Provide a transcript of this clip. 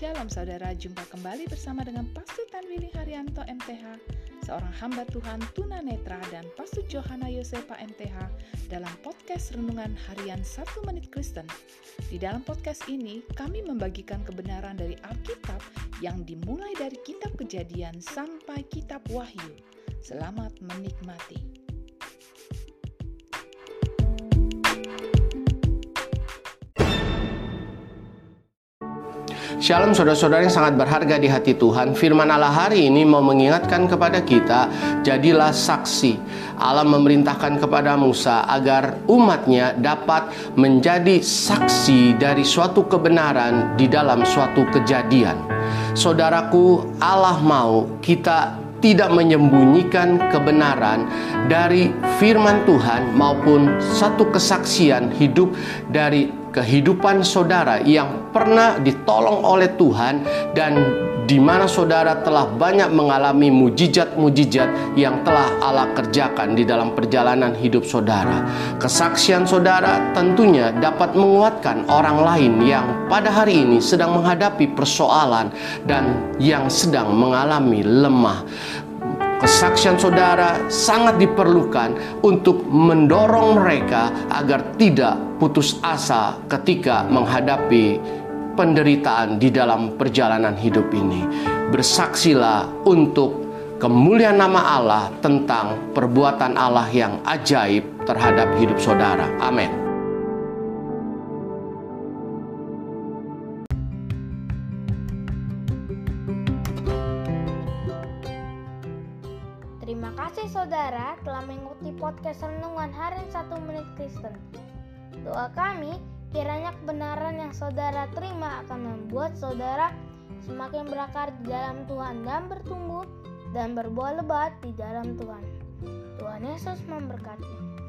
Shalom saudara, jumpa kembali bersama dengan Pastor Tanwili Haryanto MTH, seorang hamba Tuhan tunanetra, dan Pastor Johana Yosepa MTH dalam podcast Renungan Harian 1 Menit Kristen. Di dalam podcast ini, kami membagikan kebenaran dari Alkitab yang dimulai dari Kitab Kejadian sampai Kitab Wahyu. Selamat menikmati. Shalom saudara-saudara yang sangat berharga di hati Tuhan. Firman Allah hari ini mau mengingatkan kepada kita, jadilah saksi. Allah memerintahkan kepada Musa agar umatnya dapat menjadi saksi dari suatu kebenaran di dalam suatu kejadian. Saudaraku, Allah mau kita tidak menyembunyikan kebenaran dari firman Tuhan maupun satu kesaksian hidup dari kehidupan saudara yang pernah ditolong oleh Tuhan dan di mana saudara telah banyak mengalami mujizat-mujizat yang telah Allah kerjakan di dalam perjalanan hidup saudara. Kesaksian saudara tentunya dapat menguatkan orang lain yang pada hari ini sedang menghadapi persoalan dan yang sedang mengalami lemah. Kesaksian saudara sangat diperlukan untuk mendorong mereka agar tidak putus asa ketika menghadapi penderitaan di dalam perjalanan hidup ini. Bersaksilah untuk kemuliaan nama Allah tentang perbuatan Allah yang ajaib terhadap hidup saudara. Amin. Terima kasih saudara telah mengikuti podcast Renungan Harian 1 Menit Kristen. Doa kami, kiranya kebenaran yang saudara terima akan membuat saudara semakin berakar di dalam Tuhan dan bertumbuh dan berbuah lebat di dalam Tuhan. Tuhan Yesus memberkati.